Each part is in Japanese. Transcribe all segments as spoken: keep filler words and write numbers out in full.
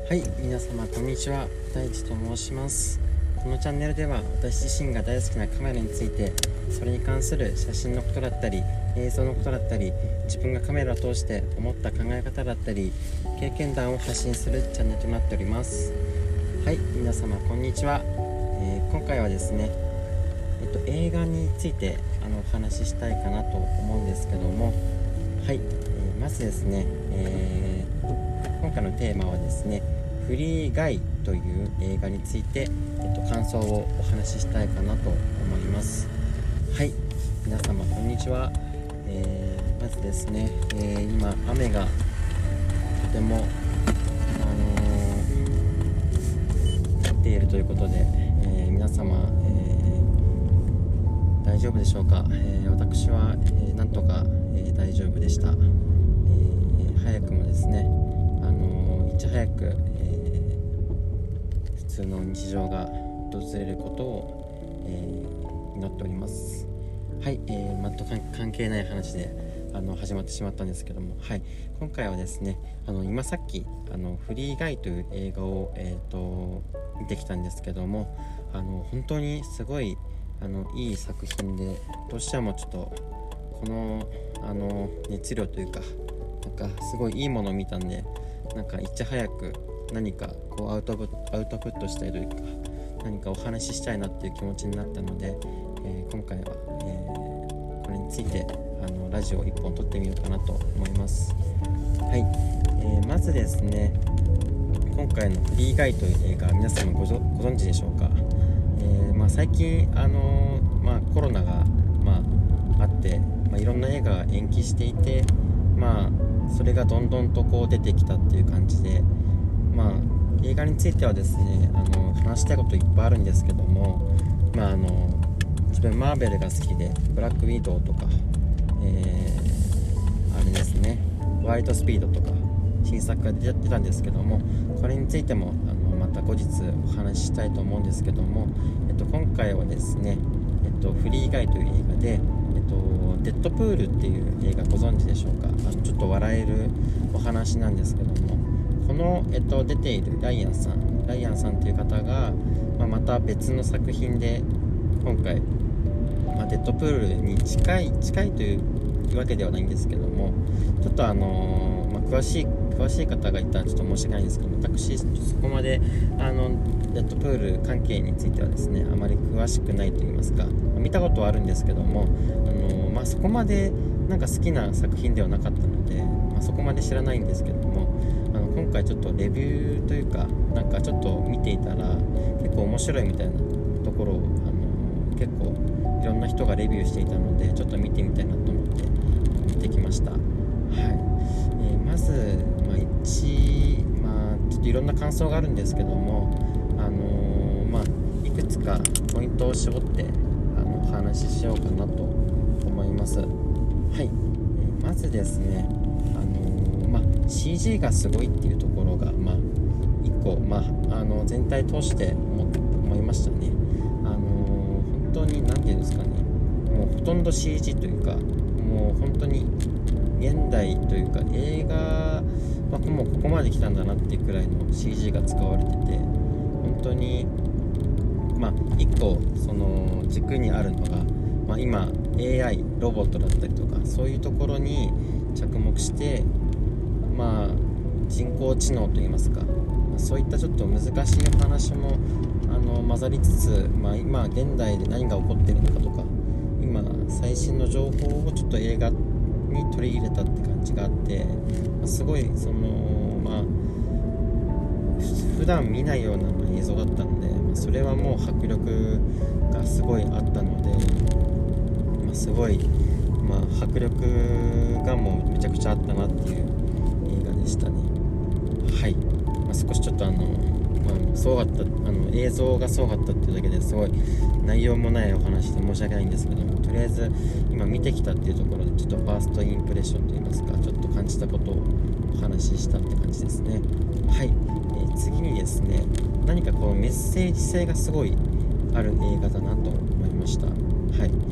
はい、皆様こんにちは。大地と申します。このチャンネルでは私自身が大好きなカメラについて、それに関する写真のことだったり映像のことだったり、自分がカメラを通して思った考え方だったり経験談を発信するチャンネルとなっております。はい、皆様こんにちは。えー、今回はですね、えっと、映画についてあのお話ししたいかなと思うんですけども、はい、えー、まずですね、えー、今回のテーマはですね、フリーガイという映画について、えっと、感想をお話ししたいかなと思います。はい、皆様こんにちは。えー、まずですね、えー、今雨がとても、あのー、降っているということで、えー、皆様、えー、大丈夫でしょうか。えー、私は、えー、なんとか、えー、大丈夫でした。えー、早くもですね、あのー、いち早く、えー普通の日常が訪れることを、えー、祈っております。はい、えー、全く関係ない話であの始まってしまったんですけども、はい、今回はですね、あの今さっきあのフリーガイという映画を、えー、と見てきたんですけども、あの本当にすごいあのいい作品で、どうしてもちょっとこのあの熱量というか、なんかすごいいいものを見たんで、なんかいち早く何かこうアウトプアウトプットしたいというか、何かお話ししたいなっていう気持ちになったので、えー、今回は、えー、これについてあのラジオいっぽん撮ってみようかなと思います。はい、えー、まずですね、今回のフリーガイという映画、皆様 ご, ご存知でしょうか。えーまあ、最近、あのーまあ、コロナが、まあ、あって、まあ、いろんな映画が延期していて、まあ、それがどんどんとこう出てきたっていう感じで、まあ、映画についてはですね、あの話したいこといっぱいあるんですけども、まあ、あの自分マーベルが好きで、ブラックウィドウとか、えー、あれですね、ワイドスピードとか新作が出てたんですけども、これについてもあのまた後日お話ししたいと思うんですけども、えっと、今回はですね、えっと、フリーガイという映画で、えっと、デッドプールっていう映画ご存知でしょうか。あのちょっと笑えるお話なんですけども、この、えっと、出ているライアンさんライアンさんという方が、まあ、また別の作品で今回、まあ、デッドプールに近い近いというわけではないんですけども、ちょっとあのーまあ、詳しい詳しい方がいたらちょっと申し訳ないんですけど、私そこまであのデッドプール関係についてはですね、あまり詳しくないと言いますか、まあ、見たことはあるんですけども、あのーまあ、そこまでなんか好きな作品ではなかったので、まあ、そこまで知らないんですけども、あの今回ちょっとレビューというか、なんかちょっと見ていたら結構面白いみたいなところを、あの結構いろんな人がレビューしていたので、ちょっと見てみたいなと思って見てきました。はい、えー、まず、まあ、一、まあ、ちょっといろんな感想があるんですけども、あのー、まあ、いくつかポイントを絞ってあのお話ししようかなと思います。はい、えー、まずですね、シージー がすごいっていうところが、まあ、一個、まあ、あの全体通して思、思いましたね。あのー、本当に何ていうんですかね、もうほとんど シージー というか、もう本当に現代というか映画はもうここまで来たんだなっていうくらいの シージー が使われてて、本当にまあ一個その軸にあるのが、まあ、今 エーアイ ロボットだったりとか、そういうところに着目して、まあ、人工知能といいますか、まあ、そういったちょっと難しい話もあの混ざりつつ、まあ、今現代で何が起こっているのかとか、今最新の情報をちょっと映画に取り入れたって感じがあって、まあ、すごいそのまあ普段見ないような映像だったので、まあ、それはもう迫力がすごいあったので、まあ、すごい、まあ、迫力がもうめちゃくちゃあったなっていうでしたね。はい、まあ、少しちょっとあの、まあ、すごかったあの映像がすごかったっていうだけですごい内容もないお話で申し訳ないんですけども、とりあえず今見てきたっていうところでちょっとファーストインプレッションといいますか、ちょっと感じたことをお話ししたって感じですね。はい、えー、次にですね、何かこうメッセージ性がすごいある映画だなと思いました。はい、まず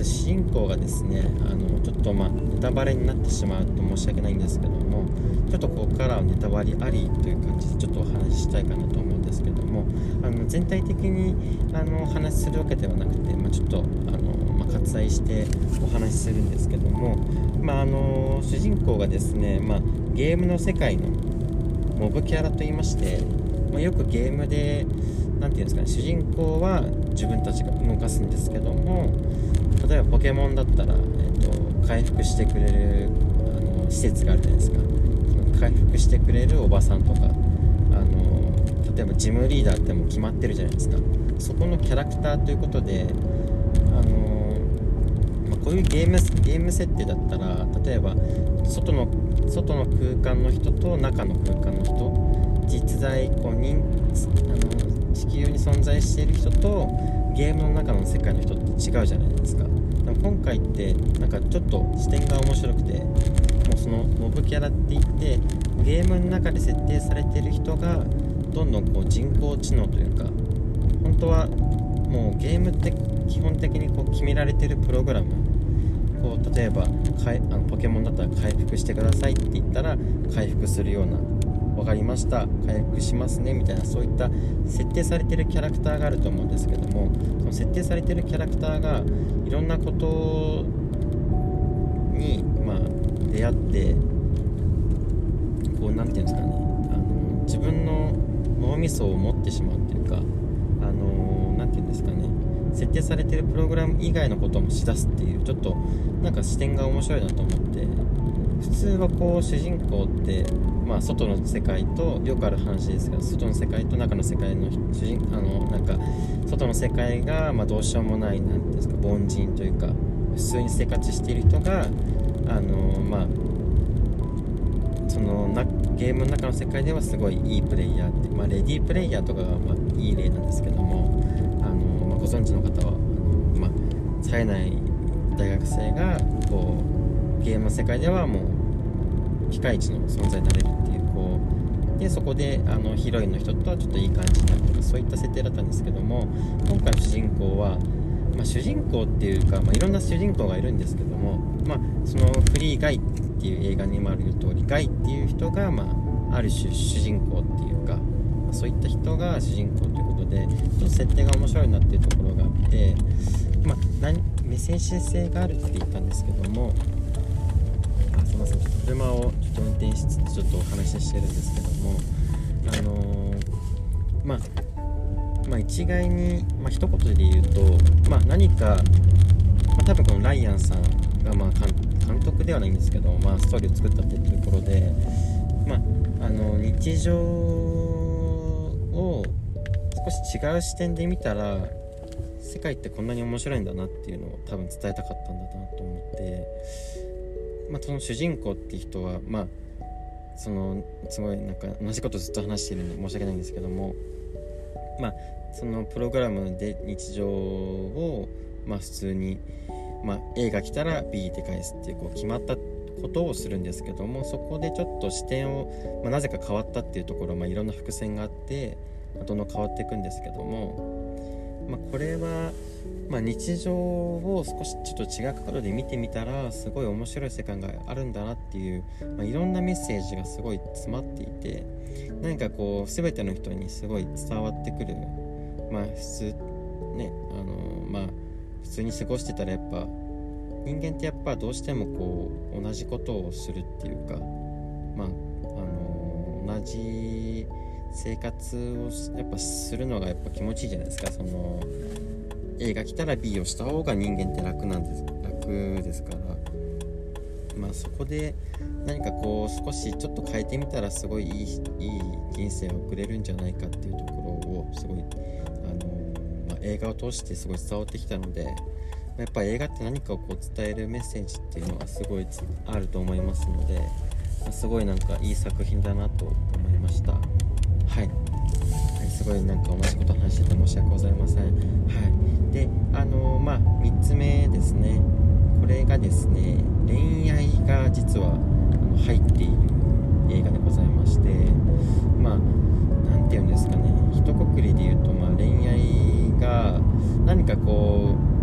ず主人公がですね、あのちょっとまあネタバレになってしまうと申し訳ないんですけども、ちょっとここからはネタバレありという感じでちょっとお話ししたいかなと思うんですけども、あの全体的にあのお話しするわけではなくて、まあ、ちょっとあの、まあ、割愛してお話しするんですけども、まあ、あの主人公がですね、まあ、ゲームの世界のモブキャラといいまして、まあ、よくゲームでなんていうんですかね、主人公は自分たちが動かすんですけども、例えばポケモンだったら、えーと、回復してくれるあの施設があるじゃないですか。回復してくれるおばさんとか、あの例えばジムリーダーってもう決まってるじゃないですか。そこのキャラクターということで、あの、まあ、こういうゲームゲーム設定だったら、例えば外の外の空間の人と中の空間の人、実在こう人あの地球に存在している人とゲームの中の世界の人って違うじゃないですか。でも今回ってなんかちょっと視点が面白くて、もうそのモブキャラって言ってゲームの中で設定されている人がどんどんこう人工知能というか、本当はもうゲームって基本的にこう決められているプログラム、こう例えばかいあのポケモンだったら回復してくださいって言ったら回復するような、分かりました回復しますねみたいな、そういった設定されているキャラクターがあると思うんですけども、その設定されているキャラクターがいろんなことに、まあ、出会ってこうなんていうんですかね、あの自分の脳みそを持ってしまうっていうか、あのなんていうんですかね、設定されているプログラム以外のこともしだすっていう、ちょっとなんか視点が面白いなと思って。普通はこう主人公ってまあ、外の世界とよくある話ですけど、外の世界と中の世界の主人あのなんか外の世界がまあどうしようもないなんていうんですか、凡人というか普通に生活している人があのまあそのなゲームの中の世界ではすごいいいプレイヤーって、まあ、レディープレイヤーとかがまあいい例なんですけども、あの、まあ、ご存知の方はあの、まあ、冴えない大学生がこうゲームの世界ではもうピカイチの存在になれるっていう、こうでそこであのヒロインの人とはちょっといい感じになるとか、そういった設定だったんですけども、今回の主人公は、まあ、主人公っていうか、まあ、いろんな主人公がいるんですけども、まあ、そのフリーガイっていう映画にもある通り、ガイっていう人が、まあ、ある種主人公っていうか、まあ、そういった人が主人公ということで、ちょっと設定が面白いなっていうところがあって、まあ、何メッセージ性があるって言ったんですけども、あ、すいません、ちょっと車をちょっと運転しつつちょっとお話ししてるんですけども、あのー、まあまあ一概に、まあ、一言で言うと、まあ、何か、まあ、多分このライアンさんが、まあ、監督ではないんですけど、まあ、ストーリーを作ったっていうところで、まあ、あの日常を少し違う視点で見たら世界ってこんなに面白いんだなっていうのを多分伝えたかったんだなと思って、まあ、その主人公っていう人は、まあ、そのすごいなんか同じことずっと話してるんで申し訳ないんですけども、まあ、そのプログラムで日常を、まあ、普通に、まあ、A が来たら B で返すっていう、こう決まったことをするんですけども、そこでちょっと視点を、まあ、なぜか変わったっていうところ、まあ、いろんな伏線があって、まあ、どんどん変わっていくんですけども、まあ、これは、まあ、日常を少しちょっと違う角度で見てみたらすごい面白い世界があるんだなっていう、まあ、いろんなメッセージがすごい詰まっていて、何かこう全ての人にすごい伝わってくる、まあ普通ね、あのまあ普通に過ごしてたらやっぱ人間ってやっぱどうしてもこう同じことをするっていうか、まああの同じ生活をやっぱするのがやっぱ気持ちいいじゃないですか。その A が来たら B をした方が人間って楽なんです楽ですから、まあそこで何かこう少しちょっと変えてみたらすごいいい、いい人生を送れるんじゃないかっていうところをすごい、あのまあ、映画を通してすごい伝わってきたので、やっぱり映画って何かをこう伝えるメッセージっていうのはすごいあると思いますので、すごいなんかいい作品だなと思いました。はい、はい、すごいなんか同じこと話してて申し訳ございません。はい、で、あのまあみっつめですね。これがですね、恋愛が実は入っている映画でございまして、まあなんていうんですかね、一括りで言うと、まあ恋愛が何かこう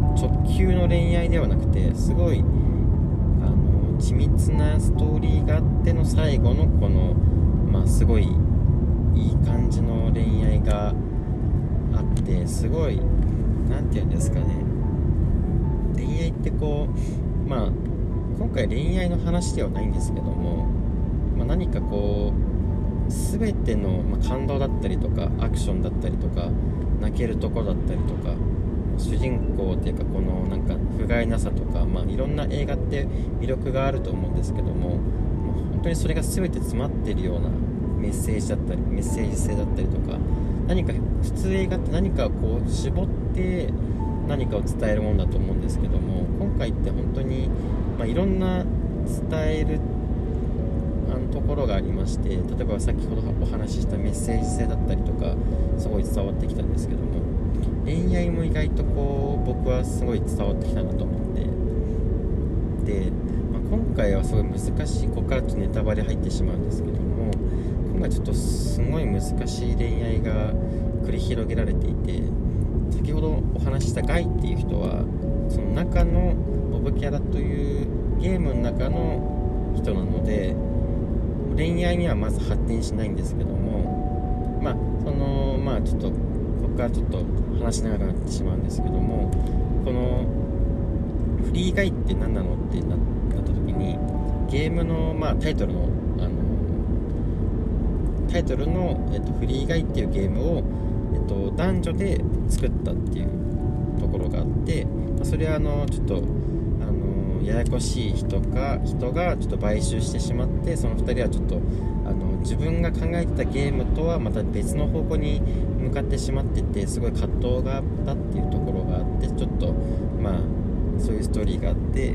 直球の恋愛ではなくて、すごいあの緻密なストーリーがあっての最後のこの、まあ、すごいいい感じの恋愛があって、すごいなんていうんですかね、恋愛ってこう、まあ今回恋愛の話ではないんですけども、まあ、何かこう全ての、まあ、感動だったりとかアクションだったりとか泣けるところだったりとか、主人公っていうかこのなんか不甲斐なさとか、まあ、いろんな映画って魅力があると思うんですけども、もう本当にそれが全て詰まっているようなメッセージだったりメッセージ性だったりとか、何か普通映画って何かをこう絞って何かを伝えるものだと思うんですけども、今回って本当に、まあ、いろんな伝えるあのところがありまして、例えば先ほどお話ししたメッセージ性だったりとかすごい伝わってきたんですけども、恋愛も意外とこう僕はすごい伝わってきたなと思って、で、まあ、今回はすごい難しい、ここからちょっとネタバレ入ってしまうんですけども、今回ちょっとすごい難しい恋愛が繰り広げられていて、先ほどお話ししたガイっていう人はその中のボブキャラというゲームの中の人なので、恋愛にはまず発展しないんですけども、まあそのまあちょっとここからちょっと話長くなってしまうんですけども、このフリーガイって何なのってなった時に、ゲームの、まあ、タイトルの、あのタイトルの、えっと、フリーガイっていうゲームを、えっと、男女で作ったっていうところがあって、それはあのちょっとあのややこしい人か人がちょっと買収してしまって、そのふたりはちょっとあの自分が考えてたゲームとはまた別の方向に向かってしまってて、すごい葛藤があったっていうところがあって、ちょっとまあそういうストーリーがあって、で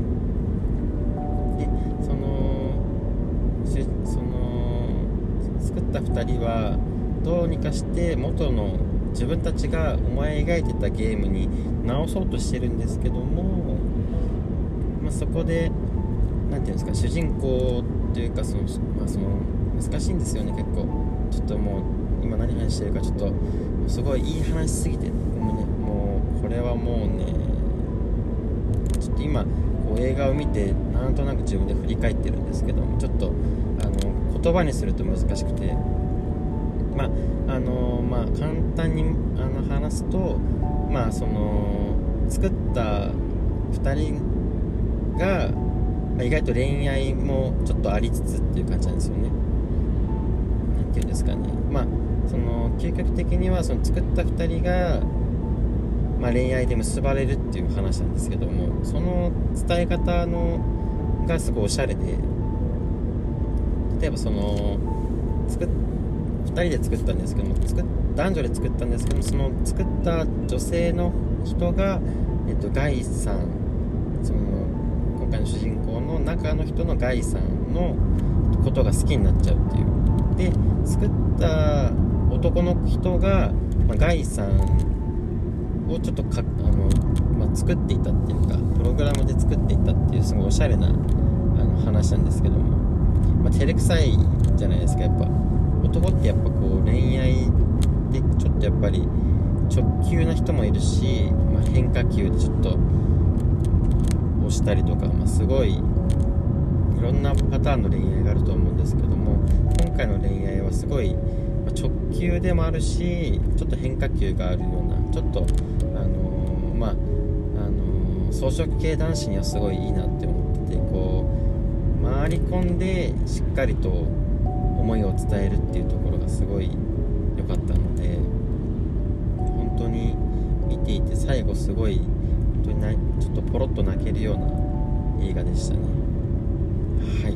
そのその作ったふたりはどうにかして元の自分たちが思い描いてたゲームに直そうとしてるんですけども、まあ、そこでなんていうんですか、主人公というかその、まあ、その難しいんですよね、結構。ちょっともう今何話してるかちょっとすごいいい話しすぎて、もうね、もうこれはもうね、ちょっと今こう映画を見てなんとなく自分で振り返ってるんですけども、ちょっとあの言葉にすると難しくて、まああのまあ簡単にあの話すと、まあその作ったふたりが、まあ、意外と恋愛もちょっとありつつっていう感じなんですよね。なんていうんですかね、まあその究極的にはその作ったふたりが、まあ、恋愛で結ばれるっていう話なんですけども、その伝え方のがすごいおしゃれで、例えばその作っふたりで作ったんですけども、作っ男女で作ったんですけども、その作った女性の人が、えっと、ガイさん、その今回の主人公の中の人のガイさんのことが好きになっちゃうっていう。で作った男の人が、まあ、ガイさんをちょっとかあの、まあ、作っていたっていうか、プログラムで作っていたっていうすごいおしゃれなあの話なんですけども、まあ、照れくさいじゃないですか。やっぱ男ってやっぱこう恋愛でちょっとやっぱり直球な人もいるし、まあ、変化球でちょっと押したりとか、まあ、すごいいろんなパターンの恋愛があると思うんですけども、今回の恋愛はすごい直球でもあるし、ちょっと変化球があるような、ちょっとあのー、まああのー、草食系男子にはすごいいいなって思ってて、こう回り込んでしっかりと思いを伝えるっていうところがすごい良かったので、本当に見ていて最後すごい本当になちょっとポロッと泣けるような映画でしたね。はい、え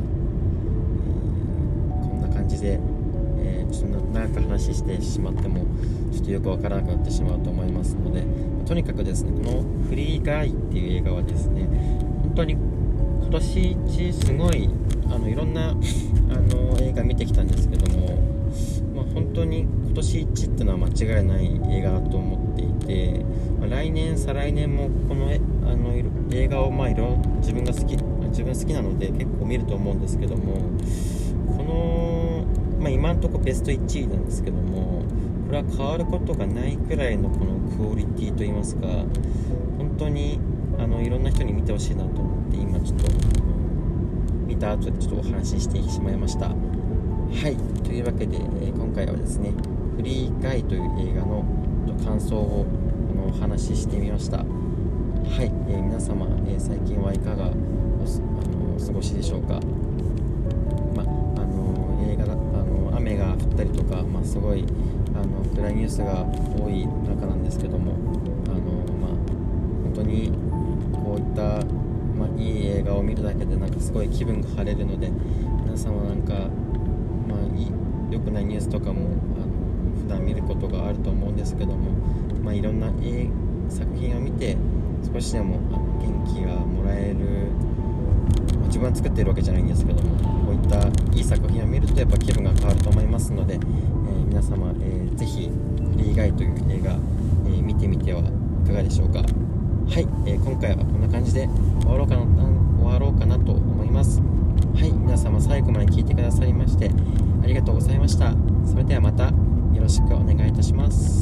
ー、こんな感じで、えー、ちょっと長く話してしまってもちょっとよくわからなくなってしまうと思いますので、とにかくですね、このフリーガイっていう映画はですね、本当に今年一すごいあのいろんなあの映画見てきたんですけども、まあ、本当に今年一ってのは間違いない映画だと思っていて、まあ、来年再来年もこの、えあの映画をまあいろ自分が好き自分好きなので結構見ると思うんですけども、この、まあ、今のところベストいちいなんですけども、これは変わることがないくらいのこのクオリティといいますか、本当にあのいろんな人に見てほしいなと思って今ちょっと見た後でちょっとお話ししてしまいました。はい、というわけで、えー、今回はですねフリーガイという映画の感想をあのお話ししてみました。はい、えー、皆様、えー、最近はいかがお, あのお過ごしでしょうか。まあの映画だあの雨が降ったりとか、まあ、すごいあの暗いニュースが多い中なんですけども、あの、まあ、本当にこういった、まあ、いい映画を見るだけでなんかすごい気分が晴れるので、皆様なんか、まあ、いい良くないニュースとかもあの普段見ることがあると思うんですけども、まあ、いろんな作品を見て少しでもあの元気がもらえる、まあ、自分は作っているわけじゃないんですけども、こういったいい作品を見るとやっぱ気分が変わると思いますので、えー、皆様、えー、ぜひフリーガイという映画、えー、見てみてはいかがでしょうか。はい、えー、今回はこんな感じで終わろうかな、終わろうかなと思います。はい、皆様最後まで聞いてくださいましてありがとうございました。それではまたよろしくお願いいたします。